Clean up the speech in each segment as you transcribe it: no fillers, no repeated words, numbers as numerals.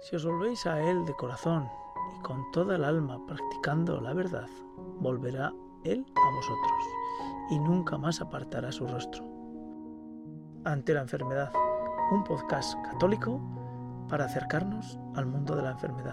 Si os volvéis a Él de corazón y con toda el alma practicando la verdad, volverá Él a vosotros y nunca más apartará su rostro. Ante la enfermedad, un podcast católico para acercarnos al mundo de la enfermedad.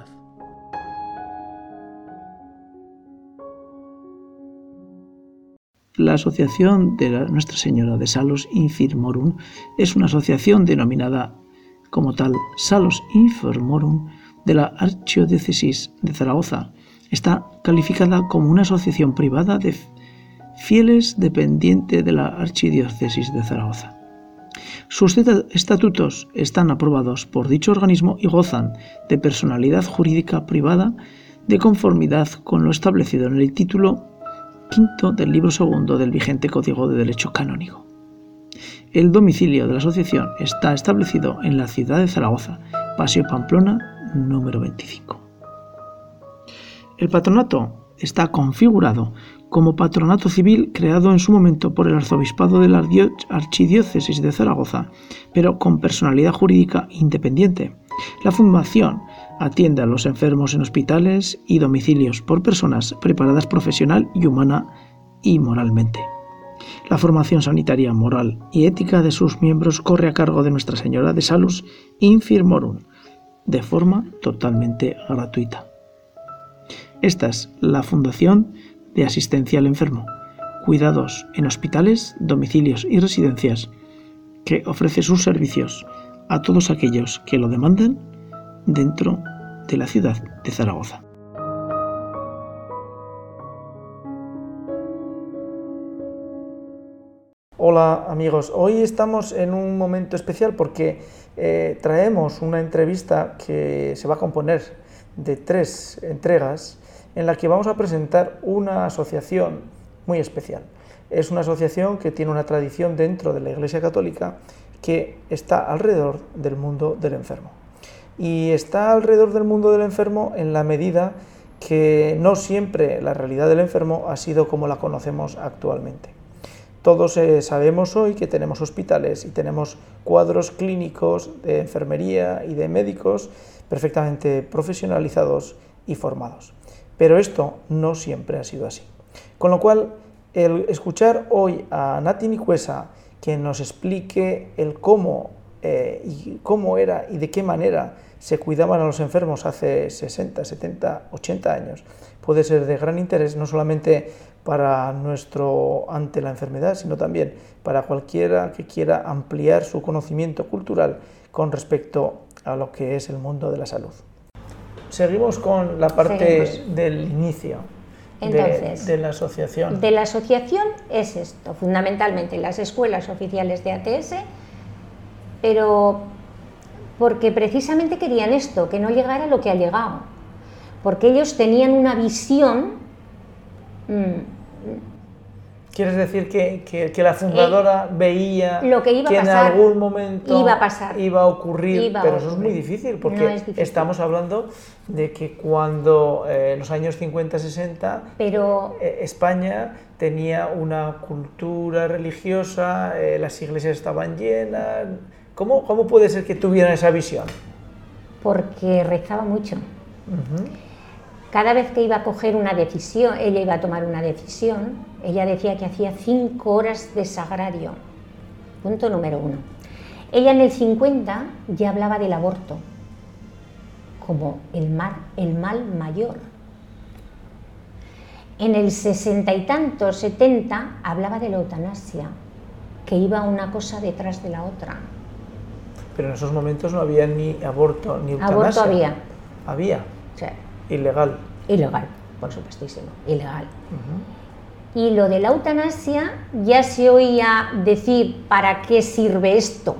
La Asociación de Nuestra Señora de Salus Infirmorum es una asociación denominada como tal Salus Infirmorum de la Archidiócesis de Zaragoza. Está calificada como una asociación privada de fieles dependiente de la Archidiócesis de Zaragoza. Sus estatutos están aprobados por dicho organismo y gozan de personalidad jurídica privada de conformidad con lo establecido en el título quinto del libro segundo del vigente Código de Derecho Canónico. El domicilio de la asociación está establecido en la ciudad de Zaragoza, Paseo Pamplona, número 25. El patronato está configurado como patronato civil creado en su momento por el arzobispado de la Archidiócesis de Zaragoza, pero con personalidad jurídica independiente. La fundación atiende a los enfermos en hospitales y domicilios por personas preparadas profesional y humana y moralmente. La formación sanitaria, moral y ética de sus miembros corre a cargo de Nuestra Señora de Salus Infirmorum, de forma totalmente gratuita. Esta es la Fundación de Asistencia al Enfermo, cuidados en hospitales, domicilios y residencias, que ofrece sus servicios a todos aquellos que lo demandan dentro de la ciudad de Zaragoza. Hola amigos, hoy estamos en un momento especial porque traemos una entrevista que se va a componer de 3 entregas en la que vamos a presentar una asociación muy especial. Es una asociación que tiene una tradición dentro de la Iglesia Católica que está alrededor del mundo del enfermo. Y está alrededor del mundo del enfermo en la medida que no siempre la realidad del enfermo ha sido como la conocemos actualmente. Todos sabemos hoy que tenemos hospitales y tenemos cuadros clínicos de enfermería y de médicos perfectamente profesionalizados y formados. Pero esto no siempre ha sido así. Con lo cual, el escuchar hoy a Nati Nicuesa que nos explique el cómo era y de qué manera se cuidaban a los enfermos hace 60, 70, 80 años, puede ser de gran interés no solamente para ante la enfermedad, sino también para cualquiera que quiera ampliar su conocimiento cultural con respecto a lo que es el mundo de la salud. Seguimos con la parte del inicio. Entonces, de la asociación. De la asociación es esto, fundamentalmente las escuelas oficiales de ATS, pero porque precisamente querían esto, que no llegara lo que ha llegado, porque ellos tenían una visión. ¿Quieres decir que la fundadora veía lo que iba a pasar, en algún momento iba a ocurrir? Pero eso es muy difícil, porque no es difícil. Estamos hablando de que cuando en los años 50-60 España tenía una cultura religiosa, las iglesias estaban llenas. ¿Cómo puede ser que tuvieran esa visión? Porque rezaba mucho. Cada vez que iba a coger una decisión, ella iba a tomar una decisión, ella decía que hacía 5 horas de sagrario. Punto número 1. Ella en el 50 ya hablaba del aborto como el mal mayor. En el 60 y tantos, 70, hablaba de la eutanasia, que iba una cosa detrás de la otra. Pero en esos momentos no había ni aborto ni eutanasia. Aborto había. ¿Había? Sí. Ilegal. Ilegal, por supuestísimo, ilegal. Y lo de la eutanasia ya se oía decir, ¿para qué sirve esto?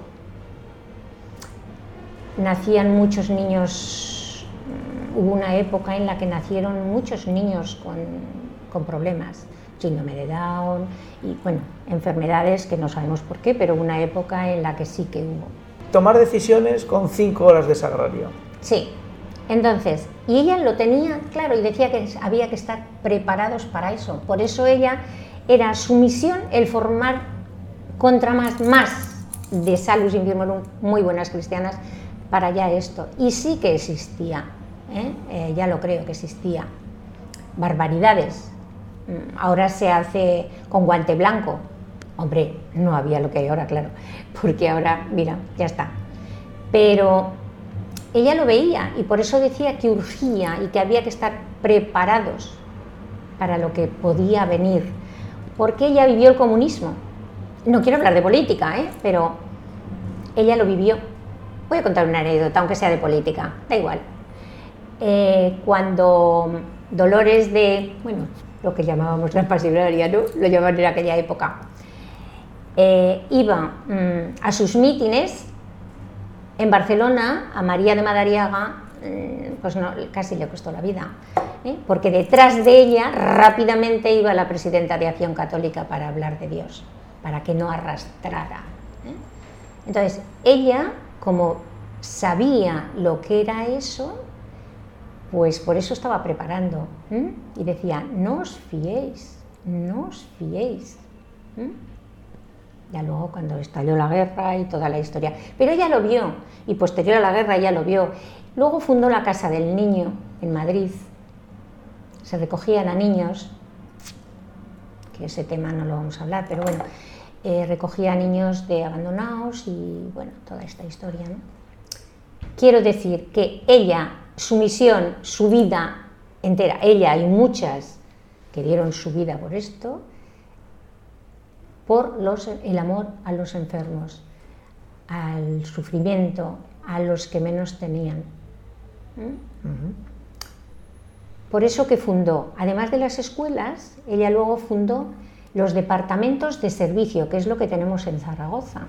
Nacían muchos niños, hubo una época en la que nacieron muchos niños con problemas, síndrome de Down y bueno, enfermedades que no sabemos por qué, pero una época en la que sí que hubo. Tomar decisiones con 5 horas de sagrario. Sí. Entonces, y ella lo tenía claro y decía que había que estar preparados para eso. Por eso ella era su misión el formar más de Salus Infirmorum, muy buenas cristianas, para allá esto. Y sí que existía, ya lo creo que existía. Barbaridades. Ahora se hace con guante blanco. Hombre, no había lo que hay ahora, claro, porque ahora, mira, ya está. Pero ella lo veía y por eso decía que urgía y que había que estar preparados para lo que podía venir, porque ella vivió el comunismo. No quiero hablar de política, pero ella lo vivió. Voy a contar una anécdota, aunque sea de política, da igual. Cuando Dolores de, bueno, lo que llamábamos la pasilaria, ¿no? Lo llamaban en aquella época, iba a sus mítines en Barcelona, a María de Madariaga, pues no, casi le costó la vida, porque detrás de ella rápidamente iba la presidenta de Acción Católica para hablar de Dios, para que no arrastrara. Entonces, ella, como sabía lo que era eso, pues por eso estaba preparando, y decía, no os fiéis, no os fiéis. Ya luego cuando estalló la guerra y toda la historia, pero ella lo vio, y posterior a la guerra ella lo vio. Luego fundó la Casa del Niño en Madrid, se recogían a niños, que ese tema no lo vamos a hablar, pero bueno, recogía a niños de abandonados y bueno, toda esta historia, ¿no? Quiero decir que ella, su misión, su vida entera, ella y muchas que dieron su vida por esto, por el amor a los enfermos, al sufrimiento, a los que menos tenían. Por eso que fundó, además de las escuelas, ella luego fundó los departamentos de servicio, que es lo que tenemos en Zaragoza.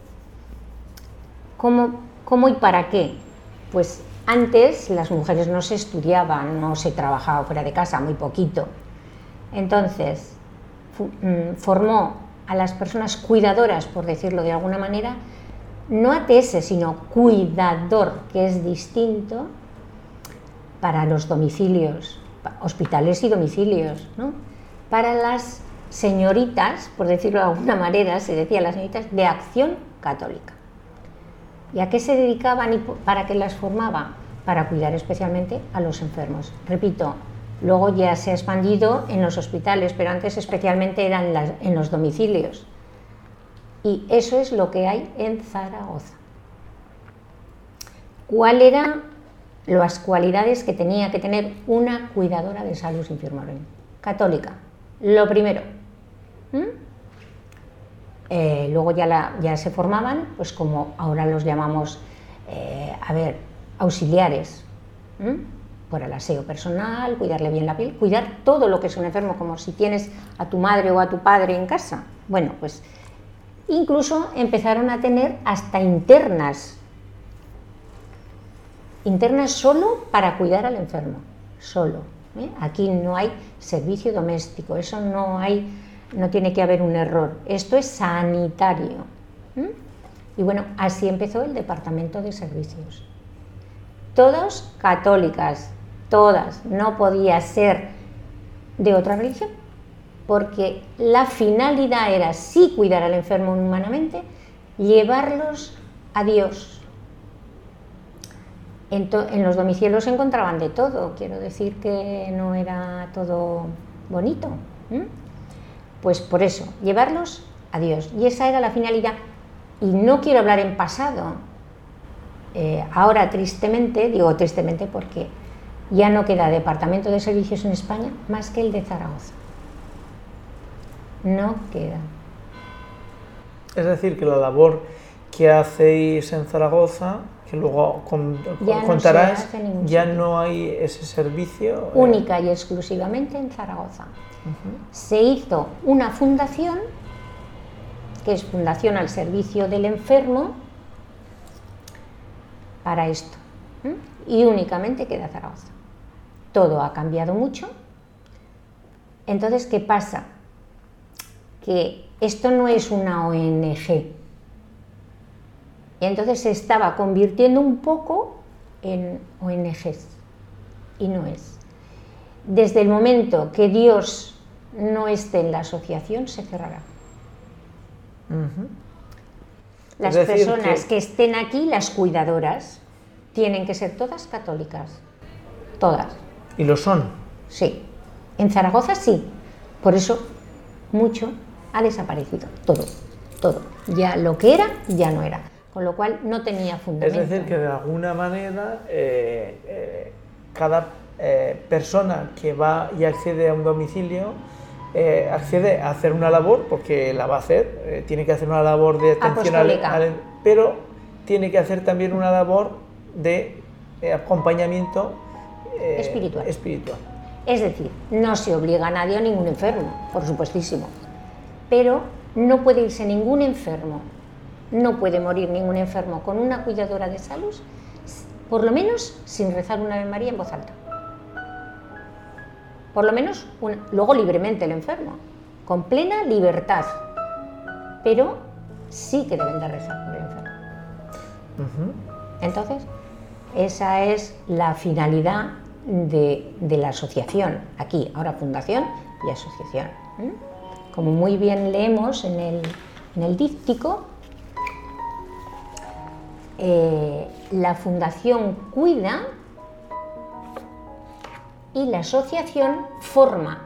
¿Cómo y para qué? Pues antes las mujeres no se estudiaban, no se trabajaba fuera de casa, muy poquito. Entonces, formó a las personas cuidadoras, por decirlo de alguna manera, no ATS, sino cuidador, que es distinto, para los domicilios, hospitales y domicilios, ¿no? Para las señoritas, por decirlo de alguna manera, se decía las señoritas de Acción Católica. ¿Y a qué se dedicaban y para qué las formaba? Para cuidar especialmente a los enfermos. Repito, luego ya se ha expandido en los hospitales, pero antes especialmente eran en los domicilios. Y eso es lo que hay en Zaragoza. ¿Cuáles eran las cualidades que tenía que tener una cuidadora de salud infirmera católica? Lo primero. Luego ya se formaban, pues como ahora los llamamos, auxiliares. Por el aseo personal, cuidarle bien la piel, cuidar todo lo que es un enfermo, como si tienes a tu madre o a tu padre en casa. Bueno, pues incluso empezaron a tener hasta internas solo para cuidar al enfermo, solo. Aquí no hay servicio doméstico, eso no tiene que haber un error, esto es sanitario. Y bueno, así empezó el departamento de servicios. Todas católicas, todas, no podía ser de otra religión, porque la finalidad era sí cuidar al enfermo humanamente, llevarlos a Dios. En los domicilios se encontraban de todo, quiero decir que no era todo bonito. Pues por eso, llevarlos a Dios, y esa era la finalidad. Y no quiero hablar en pasado. Ahora tristemente, digo tristemente porque ya no queda departamento de servicios en España más que el de Zaragoza. No queda. Es decir, que la labor que hacéis en Zaragoza, que luego contarás, ya no hay ese servicio. Única y exclusivamente en Zaragoza. Se hizo una fundación, que es Fundación al Servicio del Enfermo, para esto, y únicamente queda Zaragoza. Todo ha cambiado mucho. Entonces, ¿qué pasa? Que esto no es una ONG, y entonces se estaba convirtiendo un poco en ONGs, y no es. Desde el momento que Dios no esté en la asociación, se cerrará. Las personas que estén aquí, las cuidadoras, tienen que ser todas católicas, todas. ¿Y lo son? Sí, en Zaragoza sí, por eso mucho ha desaparecido, todo. Ya lo que era, ya no era, con lo cual no tenía fundamento. Es decir, que de alguna manera cada persona que va y accede a un domicilio accede a hacer una labor, porque la va a hacer, tiene que hacer una labor de atención pero tiene que hacer también una labor de acompañamiento espiritual. Es decir, no se obliga a nadie a ningún enfermo, por supuestísimo, pero no puede irse ningún enfermo, no puede morir ningún enfermo con una cuidadora de salud, por lo menos sin rezar una Ave María en voz alta. Por lo menos, luego libremente el enfermo, con plena libertad, pero sí que deben de rezar por el enfermo. Entonces, esa es la finalidad de la asociación, aquí, ahora fundación y asociación. Como muy bien leemos en el díptico, la fundación cuida y la asociación forma.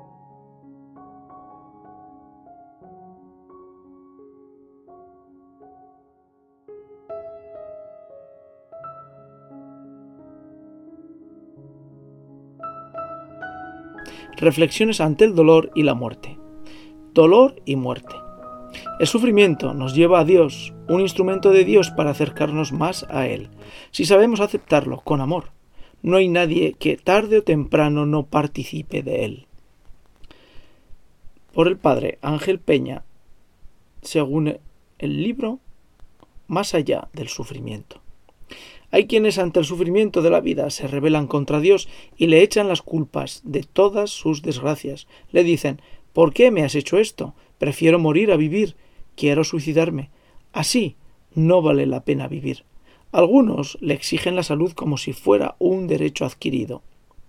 Reflexiones ante el dolor y la muerte. Dolor y muerte. El sufrimiento nos lleva a Dios, un instrumento de Dios para acercarnos más a Él, si sabemos aceptarlo con amor. No hay nadie que tarde o temprano no participe de Él. Por el padre Ángel Peña, según el libro Más allá del sufrimiento. Hay quienes ante el sufrimiento de la vida se rebelan contra Dios y le echan las culpas de todas sus desgracias. Le dicen: ¿por qué me has hecho esto? Prefiero morir a vivir. Quiero suicidarme. Así no vale la pena vivir. Algunos le exigen la salud como si fuera un derecho adquirido.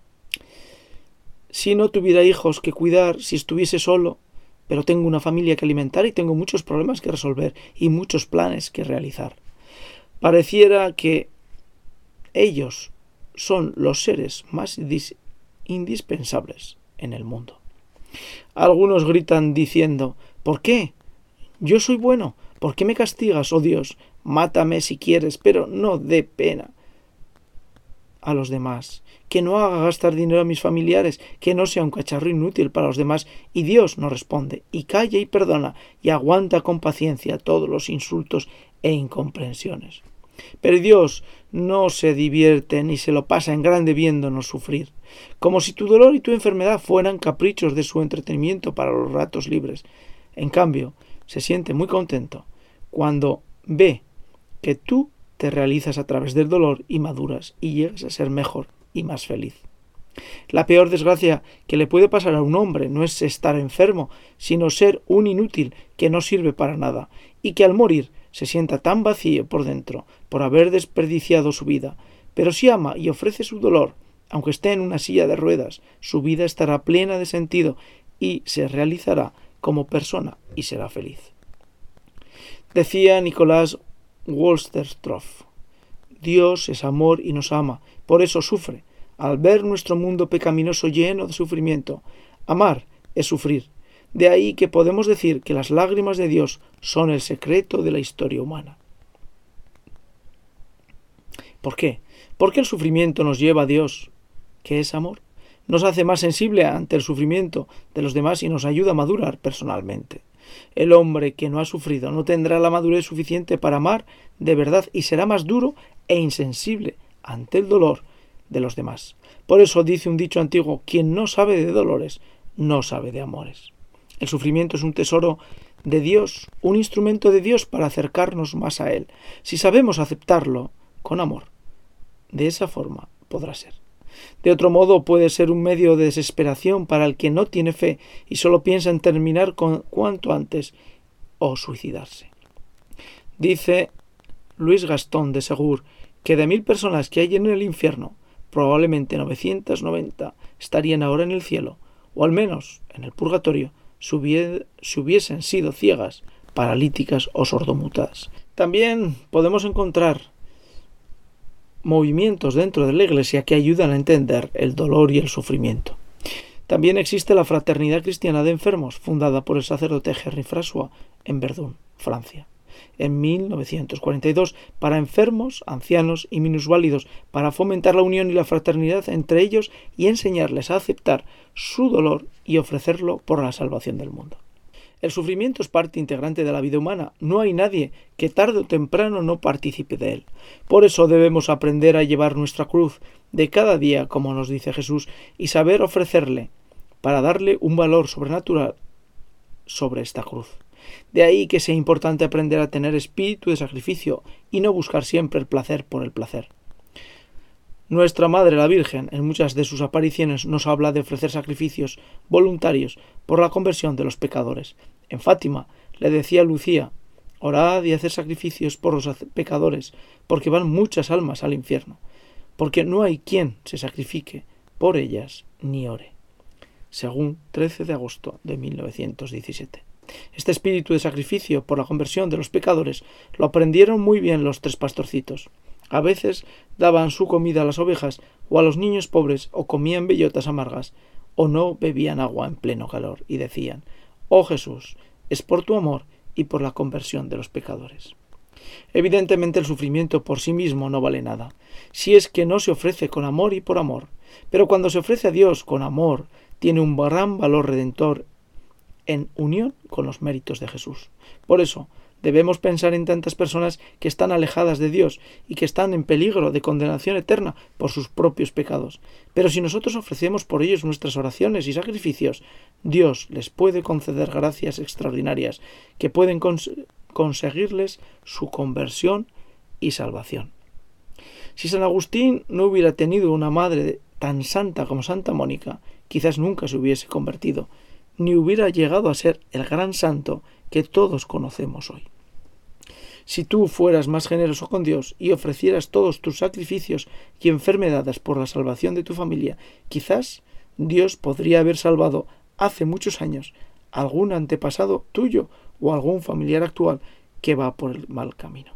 Si no tuviera hijos que cuidar, si estuviese solo, pero tengo una familia que alimentar y tengo muchos problemas que resolver y muchos planes que realizar. Pareciera que ellos son los seres más indispensables en el mundo. Algunos gritan diciendo: ¿por qué? Yo soy bueno. ¿Por qué me castigas, oh Dios? Mátame si quieres, pero no dé pena a los demás. Que no haga gastar dinero a mis familiares, que no sea un cacharro inútil para los demás. Y Dios no responde, y calla y perdona, y aguanta con paciencia todos los insultos e incomprensiones. Pero Dios no se divierte ni se lo pasa en grande viéndonos sufrir, como si tu dolor y tu enfermedad fueran caprichos de su entretenimiento para los ratos libres. En cambio, se siente muy contento cuando ve que tú te realizas a través del dolor y maduras y llegas a ser mejor y más feliz. La peor desgracia que le puede pasar a un hombre no es estar enfermo, sino ser un inútil que no sirve para nada y que al morir se sienta tan vacío por dentro por haber desperdiciado su vida. Pero si ama y ofrece su dolor, aunque esté en una silla de ruedas, su vida estará plena de sentido y se realizará como persona y será feliz. Decía Nicolás Wolsterstorff: Dios es amor y nos ama, por eso sufre. Al ver nuestro mundo pecaminoso lleno de sufrimiento, amar es sufrir. De ahí que podemos decir que las lágrimas de Dios son el secreto de la historia humana. ¿Por qué? Porque el sufrimiento nos lleva a Dios, que es amor. Nos hace más sensible ante el sufrimiento de los demás y nos ayuda a madurar personalmente. El hombre que no ha sufrido no tendrá la madurez suficiente para amar de verdad y será más duro e insensible ante el dolor de los demás. Por eso dice un dicho antiguo: quien no sabe de dolores, no sabe de amores. El sufrimiento es un tesoro de Dios, un instrumento de Dios para acercarnos más a Él. Si sabemos aceptarlo con amor, de esa forma podrá ser. De otro modo puede ser un medio de desesperación para el que no tiene fe y solo piensa en terminar cuanto antes o suicidarse. Dice Luis Gastón de Segur que de 1000 personas que hay en el infierno, probablemente 990 estarían ahora en el cielo, o al menos en el purgatorio, si hubiesen sido ciegas, paralíticas o sordomudas. También podemos encontrar movimientos dentro de la Iglesia que ayudan a entender el dolor y el sufrimiento. También existe la Fraternidad Cristiana de Enfermos, fundada por el sacerdote Henri François en Verdun, Francia, en 1942, para enfermos, ancianos y minusválidos, para fomentar la unión y la fraternidad entre ellos y enseñarles a aceptar su dolor y ofrecerlo por la salvación del mundo. El sufrimiento es parte integrante de la vida humana. No hay nadie que tarde o temprano no participe de él. Por eso debemos aprender a llevar nuestra cruz de cada día, como nos dice Jesús, y saber ofrecerle para darle un valor sobrenatural sobre esta cruz. De ahí que sea importante aprender a tener espíritu de sacrificio y no buscar siempre el placer por el placer. Nuestra Madre la Virgen, en muchas de sus apariciones, nos habla de ofrecer sacrificios voluntarios por la conversión de los pecadores. En Fátima le decía a Lucía: orad y haced sacrificios por los pecadores, porque van muchas almas al infierno, porque no hay quien se sacrifique por ellas ni ore. Según 13 de agosto de 1917. Este espíritu de sacrificio por la conversión de los pecadores lo aprendieron muy bien los tres pastorcitos. A veces daban su comida a las ovejas o a los niños pobres, o comían bellotas amargas, o no bebían agua en pleno calor, y decían: «Oh Jesús, es por tu amor y por la conversión de los pecadores». Evidentemente el sufrimiento por sí mismo no vale nada, si es que no se ofrece con amor y por amor, pero cuando se ofrece a Dios con amor, tiene un gran valor redentor en unión con los méritos de Jesús. Por eso, debemos pensar en tantas personas que están alejadas de Dios y que están en peligro de condenación eterna por sus propios pecados. Pero si nosotros ofrecemos por ellos nuestras oraciones y sacrificios, Dios les puede conceder gracias extraordinarias que pueden conseguirles su conversión y salvación. Si San Agustín no hubiera tenido una madre tan santa como Santa Mónica, quizás nunca se hubiese convertido, ni hubiera llegado a ser el gran santo que todos conocemos hoy. Si tú fueras más generoso con Dios y ofrecieras todos tus sacrificios y enfermedades por la salvación de tu familia, quizás Dios podría haber salvado hace muchos años algún antepasado tuyo o algún familiar actual que va por el mal camino.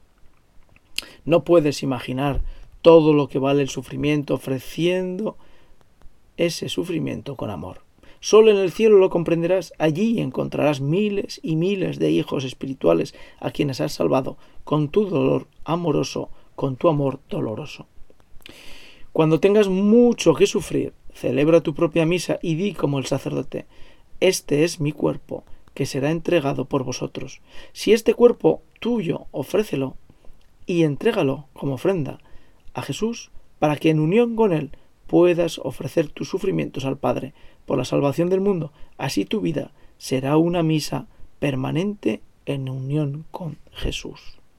No puedes imaginar todo lo que vale el sufrimiento ofreciendo ese sufrimiento con amor. Solo en el cielo lo comprenderás. Allí encontrarás miles y miles de hijos espirituales a quienes has salvado con tu dolor amoroso, con tu amor doloroso. Cuando tengas mucho que sufrir, celebra tu propia misa y di como el sacerdote: «Este es mi cuerpo, que será entregado por vosotros». Si este cuerpo tuyo, ofrécelo y entrégalo como ofrenda a Jesús, para que en unión con Él puedas ofrecer tus sufrimientos al Padre por la salvación del mundo. Así tu vida será una misa permanente en unión con Jesús.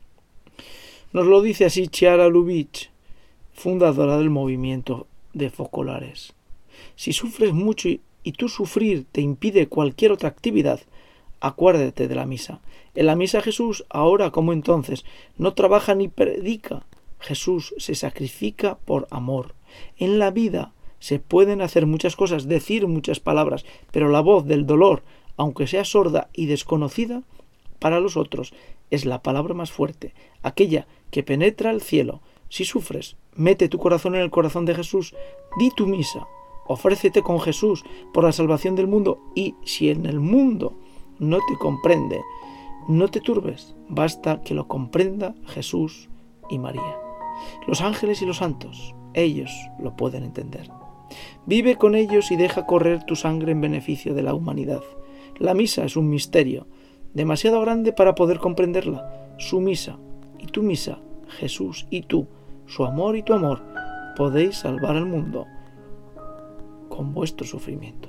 Nos lo dice así Chiara Lubich, fundadora del movimiento de focolares. Si sufres mucho y tu sufrir te impide cualquier otra actividad, acuérdate de la misa. En la misa Jesús, ahora como entonces, no trabaja ni predica. Jesús se sacrifica por amor. En la vida se pueden hacer muchas cosas, decir muchas palabras, pero la voz del dolor, aunque sea sorda y desconocida para los otros, es la palabra más fuerte, aquella que penetra el cielo. Si sufres, mete tu corazón en el corazón de Jesús, di tu misa, ofrécete con Jesús por la salvación del mundo, y si en el mundo no te comprende, no te turbes, basta que lo comprenda Jesús y María. Los ángeles y los santos, ellos lo pueden entender. Vive con ellos y deja correr tu sangre en beneficio de la humanidad. La misa es un misterio, demasiado grande para poder comprenderla. Su misa y tu misa, Jesús y tú, su amor y tu amor, podéis salvar al mundo con vuestro sufrimiento.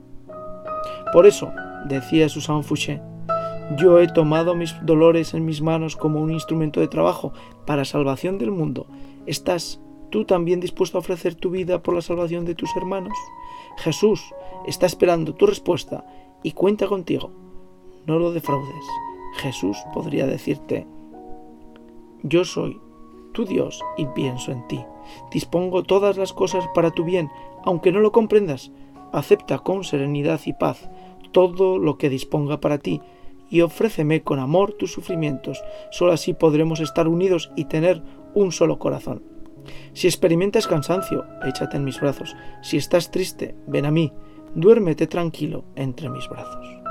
Por eso, decía Susan Fouché, yo he tomado mis dolores en mis manos como un instrumento de trabajo para salvación del mundo. ¿Estás tú también dispuesto a ofrecer tu vida por la salvación de tus hermanos? Jesús está esperando tu respuesta y cuenta contigo. No lo defraudes. Jesús podría decirte: yo soy tu Dios y pienso en ti. Dispongo todas las cosas para tu bien, aunque no lo comprendas. Acepta con serenidad y paz todo lo que disponga para ti y ofréceme con amor tus sufrimientos. Solo así podremos estar unidos y tener un solo corazón. Si experimentas cansancio, échate en mis brazos. Si estás triste, ven a mí, duérmete tranquilo entre mis brazos.